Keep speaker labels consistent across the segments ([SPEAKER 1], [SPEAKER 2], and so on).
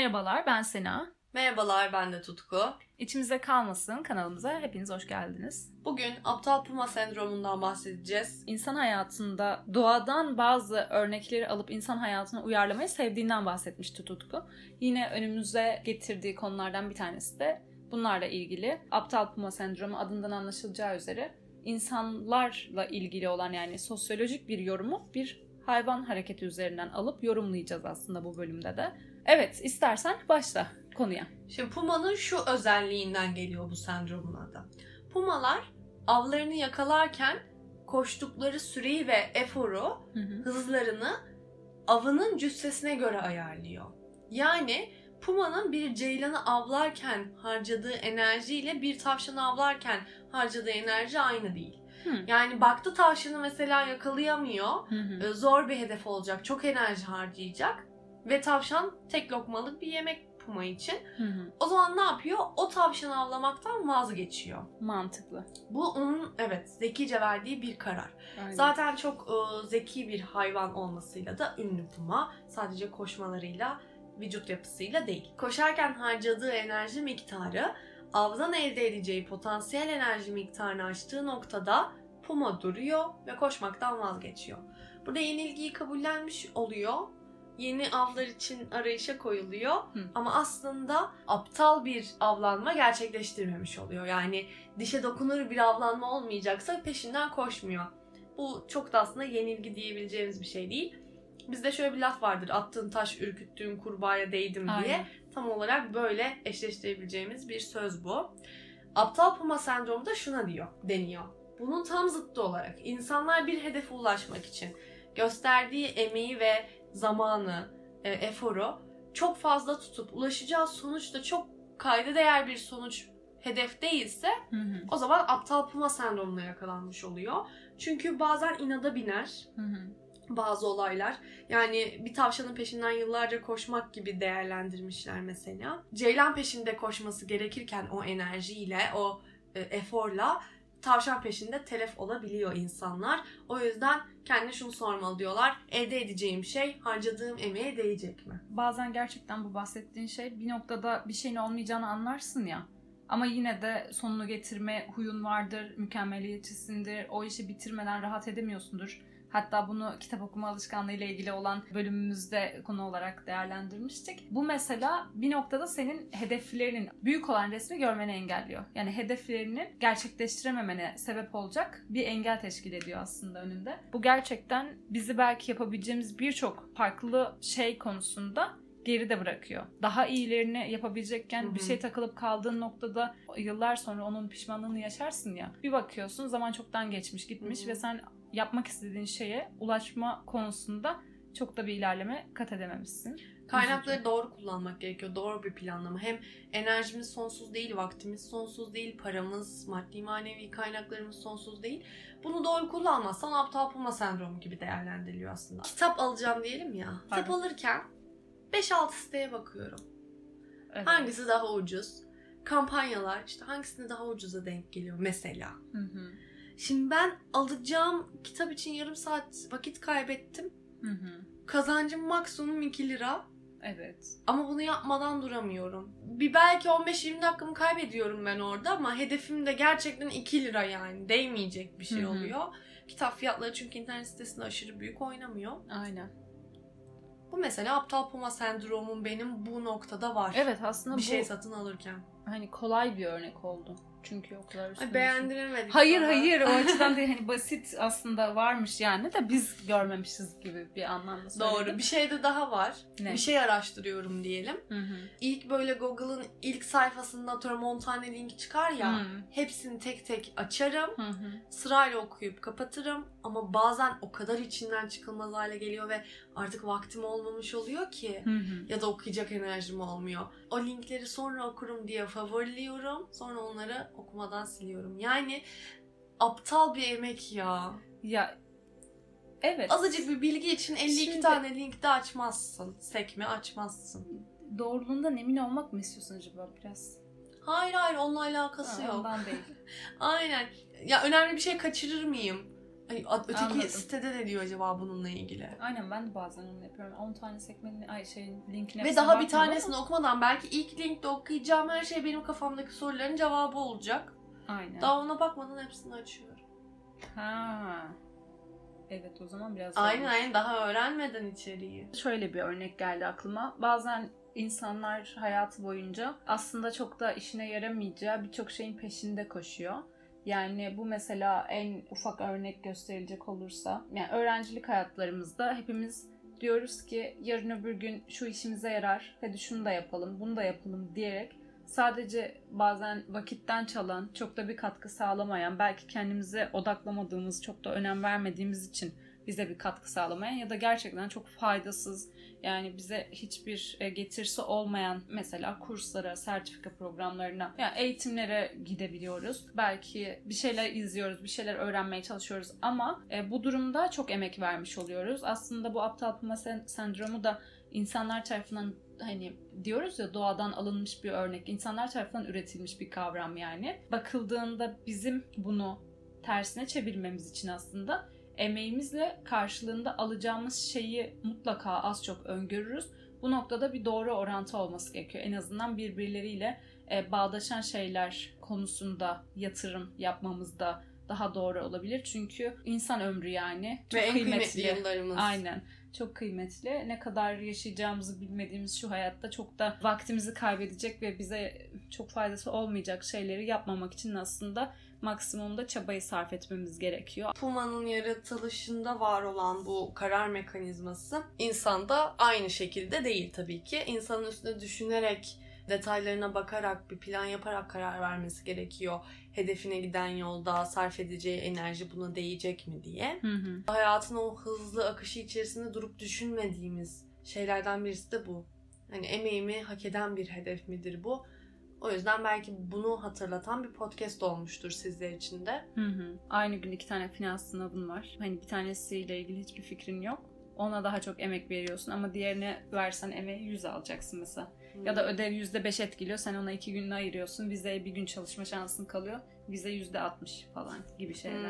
[SPEAKER 1] Merhabalar, ben Sena.
[SPEAKER 2] Merhabalar, ben de Tutku.
[SPEAKER 1] İçimizde kalmasın kanalımıza hepiniz hoş geldiniz.
[SPEAKER 2] Bugün aptal puma sendromundan bahsedeceğiz.
[SPEAKER 1] İnsan hayatında doğadan bazı örnekleri alıp insan hayatına uyarlamayı sevdiğinden bahsetmişti Tutku. Yine önümüze getirdiği konulardan bir tanesi de bunlarla ilgili. Aptal puma sendromu adından anlaşılacağı üzere insanlarla ilgili olan yani sosyolojik bir yorumu bir hayvan hareketi üzerinden alıp yorumlayacağız aslında bu bölümde de. Evet, istersen başla konuya.
[SPEAKER 2] Şimdi pumanın şu özelliğinden geliyor bu sendromun adı. Pumalar avlarını yakalarken koştukları süreyi ve eforu, hızlarını avının cüssesine göre ayarlıyor. Yani pumanın bir ceylanı avlarken harcadığı enerjiyle bir tavşanı avlarken harcadığı enerji aynı değil. Yani baktı tavşanı mesela yakalayamıyor, zor bir hedef olacak, çok enerji harcayacak ve tavşan tek lokmalık bir yemek puma için. O zaman ne yapıyor? O tavşanı avlamaktan vazgeçiyor.
[SPEAKER 1] Mantıklı.
[SPEAKER 2] Bu onun zekice verdiği bir karar.
[SPEAKER 1] Aynen.
[SPEAKER 2] Zaten çok zeki bir hayvan olmasıyla da ünlü puma. Sadece koşmalarıyla, vücut yapısıyla değil. Koşarken harcadığı enerji miktarı avdan elde edeceği potansiyel enerji miktarını aştığı noktada puma duruyor ve koşmaktan vazgeçiyor. Burada yenilgiyi kabullenmiş oluyor. Yeni avlar için arayışa koyuluyor. Ama aslında aptal bir avlanma gerçekleştirmemiş oluyor. Yani dişe dokunur bir avlanma olmayacaksa peşinden koşmuyor. Bu çok da aslında yenilgi diyebileceğimiz bir şey değil. Bizde şöyle bir laf vardır. Attığın taş ürküttüğün kurbağaya değdim diye.
[SPEAKER 1] Aynen.
[SPEAKER 2] Tam olarak böyle eşleştirebileceğimiz bir söz bu. Aptal puma sendromu da şuna deniyor. Bunun tam zıttı olarak insanlar bir hedefe ulaşmak için gösterdiği emeği ve zamanı, eforu çok fazla tutup ulaşacağı sonuç da çok kayda değer bir sonuç hedef değilse o zaman aptal puma sendromuna yakalanmış oluyor. Çünkü bazen inada biner bazı olaylar. Yani bir tavşanın peşinden yıllarca koşmak gibi değerlendirmişler mesela. Ceylan peşinde koşması gerekirken o enerjiyle, o eforla tavşan peşinde telef olabiliyor insanlar. O yüzden kendine şunu sormalı diyorlar. Elde edeceğim şey harcadığım emeğe değecek mi?
[SPEAKER 1] Bazen gerçekten bu bahsettiğin şey bir noktada bir şeyin olmayacağını anlarsın ya. Ama yine de sonunu getirme huyun vardır, mükemmeliyetçisindir, o işi bitirmeden rahat edemiyorsundur. Hatta bunu kitap okuma alışkanlığı ile ilgili olan bölümümüzde konu olarak değerlendirmiştik. Bu mesela bir noktada senin hedeflerinin büyük olan resmi görmeni engelliyor. Yani hedeflerini gerçekleştirememene sebep olacak bir engel teşkil ediyor aslında önünde. Bu gerçekten bizi belki yapabileceğimiz birçok farklı şey konusunda geride bırakıyor. Daha iyilerini yapabilecekken bir şey takılıp kaldığın noktada yıllar sonra onun pişmanlığını yaşarsın ya. Bir bakıyorsun zaman çoktan geçmiş gitmiş ve sen yapmak istediğin şeye ulaşma konusunda çok da bir ilerleme kat edememişsin.
[SPEAKER 2] Kaynakları doğru kullanmak gerekiyor. Doğru bir planlama. Hem enerjimiz sonsuz değil, vaktimiz sonsuz değil, paramız, maddi manevi kaynaklarımız sonsuz değil. Bunu doğru kullanmazsan aptal puma sendromu gibi değerlendiriliyor aslında. Kitap alacağım diyelim ya. Kitap alırken 5-6 siteye bakıyorum. Evet. Hangisi daha ucuz? Kampanyalar işte hangisine daha ucuza denk geliyor mesela. Şimdi ben alacağım kitap için yarım saat vakit kaybettim. Kazancım maksimum 2 lira.
[SPEAKER 1] Evet.
[SPEAKER 2] Ama bunu yapmadan duramıyorum. Bir belki 15-20 dakikamı kaybediyorum ben orada ama hedefim de gerçekten 2 lira yani. Değmeyecek bir şey oluyor. Kitap fiyatları çünkü internet sitesinde aşırı büyük oynamıyor.
[SPEAKER 1] Aynen.
[SPEAKER 2] Bu mesela aptal puma sendromum benim bu noktada var.
[SPEAKER 1] Evet aslında
[SPEAKER 2] bir şey satın alırken.
[SPEAKER 1] Hani kolay bir örnek oldu. Çünkü o kadar üstüne.
[SPEAKER 2] Beğendiremedik.
[SPEAKER 1] Hayır o açıdan değil. Hani basit aslında varmış yani de biz görmemişiz gibi bir anlamda söyledim.
[SPEAKER 2] Doğru. Bir şey de daha var.
[SPEAKER 1] Ne?
[SPEAKER 2] Bir şey araştırıyorum diyelim. İlk böyle Google'ın ilk sayfasında atıyorum 10 tane link çıkar ya. Hepsini tek tek açarım. Sırayla okuyup kapatırım. Ama bazen o kadar içinden çıkılmaz hale geliyor ve artık vaktim olmamış oluyor ki. Ya da okuyacak enerjim olmuyor. O linkleri sonra okurum diye favoriliyorum. Sonra onları okumadan siliyorum. Yani aptal bir emek ya.
[SPEAKER 1] Ya evet.
[SPEAKER 2] Azıcık bir bilgi için 52 tane link de açmazsın. Sekme açmazsın.
[SPEAKER 1] Doğruluğundan emin olmak mı istiyorsun acaba biraz?
[SPEAKER 2] Hayır onunla alakası yok.
[SPEAKER 1] Ondan değil.
[SPEAKER 2] Aynen. Ya önemli bir şey kaçırır mıyım? Hani öteki
[SPEAKER 1] Anladım.
[SPEAKER 2] sitede ne diyor acaba bununla ilgili?
[SPEAKER 1] Aynen, ben de bazen onu yapıyorum. 10 tane sekmenin linkine
[SPEAKER 2] Ve daha bir tanesini okumadan belki ilk linkte okuyacağım her şey benim kafamdaki soruların cevabı olacak.
[SPEAKER 1] Aynen.
[SPEAKER 2] Daha ona bakmadan hepsini açıyorum.
[SPEAKER 1] Ha. Evet, o zaman biraz
[SPEAKER 2] Aynen daha öğrenmeden içeriği.
[SPEAKER 1] Şöyle bir örnek geldi aklıma. Bazen insanlar hayatı boyunca aslında çok da işine yaramayacağı birçok şeyin peşinde koşuyor. Yani bu mesela en ufak örnek gösterilecek olursa, yani öğrencilik hayatlarımızda hepimiz diyoruz ki yarın öbür gün şu işimize yarar, hadi şunu da yapalım, bunu da yapalım diyerek sadece bazen vakitten çalan, çok da bir katkı sağlamayan, belki kendimize odaklamadığımız, çok da önem vermediğimiz için bize bir katkı sağlamayan ya da gerçekten çok faydasız, yani bize hiçbir getirisi olmayan mesela kurslara, sertifika programlarına, yani eğitimlere gidebiliyoruz. Belki bir şeyler izliyoruz, bir şeyler öğrenmeye çalışıyoruz ama bu durumda çok emek vermiş oluyoruz. Aslında bu aptal puma sendromu da insanlar tarafından, hani diyoruz ya, doğadan alınmış bir örnek, insanlar tarafından üretilmiş bir kavram yani. Bakıldığında bizim bunu tersine çevirmemiz için aslında emeğimizle karşılığında alacağımız şeyi mutlaka az çok öngörürüz. Bu noktada bir doğru orantı olması gerekiyor. En azından birbirleriyle bağdaşan şeyler konusunda yatırım yapmamız da daha doğru olabilir. Çünkü insan ömrü yani çok
[SPEAKER 2] ve en
[SPEAKER 1] kıymetli
[SPEAKER 2] yıllarımız.
[SPEAKER 1] Aynen. Çok kıymetli. Ne kadar yaşayacağımızı bilmediğimiz şu hayatta çok da vaktimizi kaybedecek ve bize çok faydası olmayacak şeyleri yapmamak için aslında maksimumda çabayı sarf etmemiz gerekiyor.
[SPEAKER 2] Puma'nın yaratılışında var olan bu karar mekanizması insanda aynı şekilde değil tabii ki. İnsanın üstüne düşünerek, detaylarına bakarak, bir plan yaparak karar vermesi gerekiyor. Hedefine giden yolda sarf edeceği enerji buna değecek mi diye. Hayatın o hızlı akışı içerisinde durup düşünmediğimiz şeylerden birisi de bu. Hani emeğimi hak eden bir hedef midir bu? O yüzden belki bunu hatırlatan bir podcast olmuştur sizler için de.
[SPEAKER 1] Aynı gün 2 tane finans sınavın var. Hani bir tanesiyle ilgili hiçbir fikrin yok. Ona daha çok emek veriyorsun ama diğerine versen emeği 100 alacaksın mesela. Ya da ödev %5 etkiliyor. Sen ona 2 gününü ayırıyorsun. Vizeye bir gün çalışma şansın kalıyor. Vize %60 falan gibi şeyler.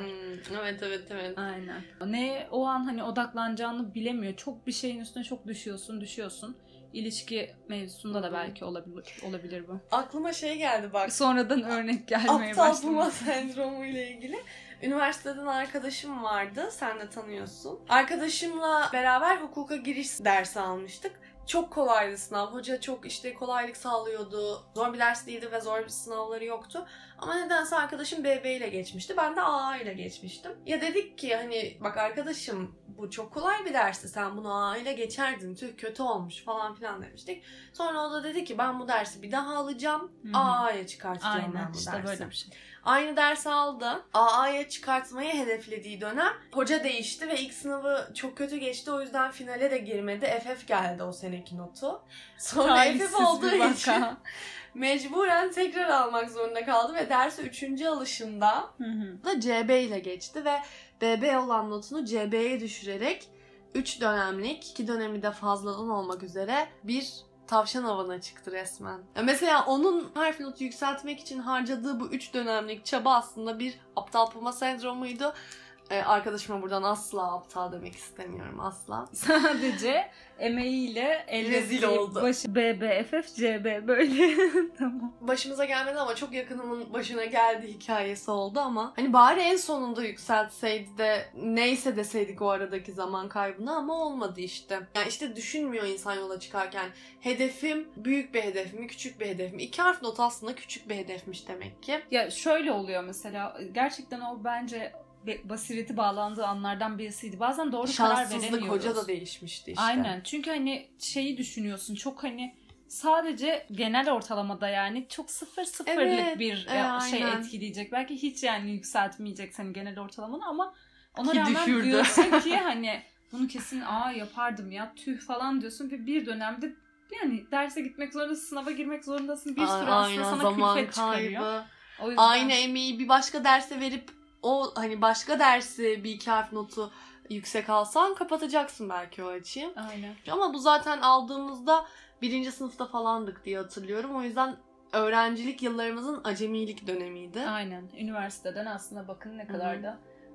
[SPEAKER 2] Evet.
[SPEAKER 1] Aynen. Ne o an hani odaklanacağını bilemiyor. Çok bir şeyin üstüne çok düşüyorsun. İlişki mevzusunda da belki olabilir bu.
[SPEAKER 2] Aklıma şey geldi bak.
[SPEAKER 1] Sonradan örnek gelmeye başladı.
[SPEAKER 2] Aptal puma sendromu ile ilgili. Üniversiteden arkadaşım vardı. Sen de tanıyorsun. Arkadaşımla beraber hukuka giriş dersi almıştık. Çok kolaydı sınav. Hoca çok işte kolaylık sağlıyordu. Zor bir ders değildi ve zor bir sınavları yoktu. Ama nedense arkadaşım BB ile geçmişti. Ben de AA ile geçmiştim. Ya dedik ki hani bak arkadaşım bu çok kolay bir dersti. Sen bunu AA ile geçerdin. Tüh kötü olmuş falan filan demiştik. Sonra o da dedi ki ben bu dersi bir daha alacağım. AA'ya çıkartacağım ben bu dersi.
[SPEAKER 1] Aynen işte böyle bir şey.
[SPEAKER 2] Aynı dersi aldı. AA'ya çıkartmayı hedeflediği dönem hoca değişti ve ilk sınavı çok kötü geçti. O yüzden finale de girmedi. FF geldi o seneki notu. Sonra FF olduğu için mecburen tekrar almak zorunda kaldı ve dersi 3. alışında da CB ile geçti ve BB olan notunu CB'ye düşürerek 3 dönemlik, 2 dönemi de fazladan olmak üzere bir tavşan avına çıktı resmen. Mesela onun harf notu yükseltmek için harcadığı bu 3 dönemlik çaba aslında bir aptal puma sendromuydu. Arkadaşıma buradan asla aptal demek istemiyorum, asla.
[SPEAKER 1] Sadece emeğiyle
[SPEAKER 2] rezil oldu.
[SPEAKER 1] BBFF, CB böyle. Tamam.
[SPEAKER 2] Başımıza gelmedi ama çok yakınımın başına geldi hikayesi oldu ama hani bari en sonunda yükseltseydi de neyse deseydik o aradaki zaman kaybını ama olmadı işte. Yani işte düşünmüyor insan yola çıkarken. Hedefim büyük bir hedef mi, küçük bir hedef mi? 2 harf not aslında küçük bir hedefmiş demek ki.
[SPEAKER 1] Ya şöyle oluyor mesela, gerçekten o bence basireti bağlandığı anlardan birisiydi. Bazen doğru karar veremiyoruz.
[SPEAKER 2] Şanssızlık hoca da değişmişti işte.
[SPEAKER 1] Aynen. Çünkü hani şeyi düşünüyorsun. Çok hani sadece genel ortalamada yani çok sıfırlık bir şey etkileyecek. Belki hiç yani yükseltmeyecek senin genel ortalamanı ama ona rağmen diyorsun ki hani bunu kesin yapardım ya tüh falan diyorsun ve bir dönemde yani derse gitmek zorundasın, sınava girmek zorundasın. Bir sürü aslında sana külfet çıkarıyor. O yüzden...
[SPEAKER 2] Aynı emeği bir başka derse verip o hani başka dersi bir 2 harf notu yüksek alsan kapatacaksın belki o açıyı.
[SPEAKER 1] Aynen.
[SPEAKER 2] Ama bu zaten aldığımızda 1. sınıfta falandık diye hatırlıyorum. O yüzden öğrencilik yıllarımızın acemilik dönemiydi.
[SPEAKER 1] Aynen. Üniversiteden aslında bakın ne kadar da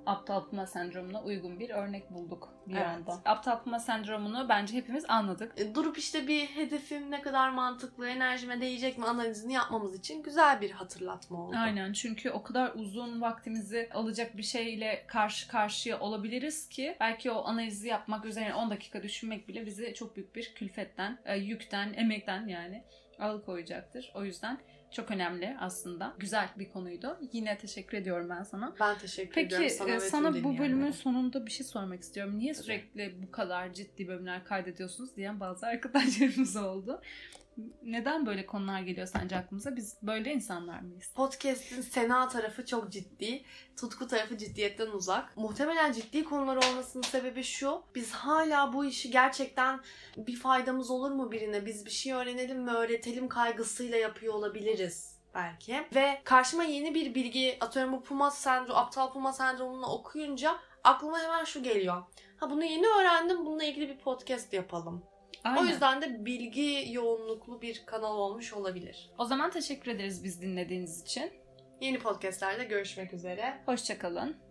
[SPEAKER 1] aptal puma sendromuna uygun bir örnek bulduk bir
[SPEAKER 2] Evet.
[SPEAKER 1] anda. Aptal puma sendromunu bence hepimiz anladık.
[SPEAKER 2] Durup işte bir hedefim ne kadar mantıklı, enerjime değecek mi analizini yapmamız için güzel bir hatırlatma oldu.
[SPEAKER 1] Aynen, çünkü o kadar uzun vaktimizi alacak bir şeyle karşı karşıya olabiliriz ki belki o analizi yapmak, üzerine 10 dakika düşünmek bile bizi çok büyük bir külfetten, yükten, emekten yani alıkoyacaktır. O yüzden çok önemli aslında. Güzel bir konuydu. Yine teşekkür ediyorum ben sana.
[SPEAKER 2] Ben teşekkür ediyorum
[SPEAKER 1] Peki
[SPEAKER 2] sana ve
[SPEAKER 1] sana
[SPEAKER 2] tüm
[SPEAKER 1] bu bölümün
[SPEAKER 2] dinleyenlere.
[SPEAKER 1] sonunda bir şey sormak istiyorum. Niye
[SPEAKER 2] Tabii.
[SPEAKER 1] sürekli bu kadar ciddi bölümler kaydediyorsunuz diyen bazı arkadaşlarımız oldu. Neden böyle konular geliyor sence aklımıza? Biz böyle insanlar mıyız?
[SPEAKER 2] Podcast'in Sena tarafı çok ciddi, Tutku tarafı ciddiyetten uzak. Muhtemelen ciddi konular olmasının sebebi şu: biz hala bu işi gerçekten bir faydamız olur mu birine, biz bir şey öğrenelim mi, öğretelim kaygısıyla yapıyor olabiliriz belki. Ve karşıma yeni bir bilgi, atıyorum bu Puma sendromu, aptal Puma sendromunu okuyunca aklıma hemen şu geliyor: ha bunu yeni öğrendim, bununla ilgili bir podcast yapalım.
[SPEAKER 1] Aynen.
[SPEAKER 2] O yüzden de bilgi yoğunluklu bir kanal olmuş olabilir.
[SPEAKER 1] O zaman teşekkür ederiz biz dinlediğiniz için.
[SPEAKER 2] Yeni podcastlerde görüşmek üzere.
[SPEAKER 1] Hoşça kalın.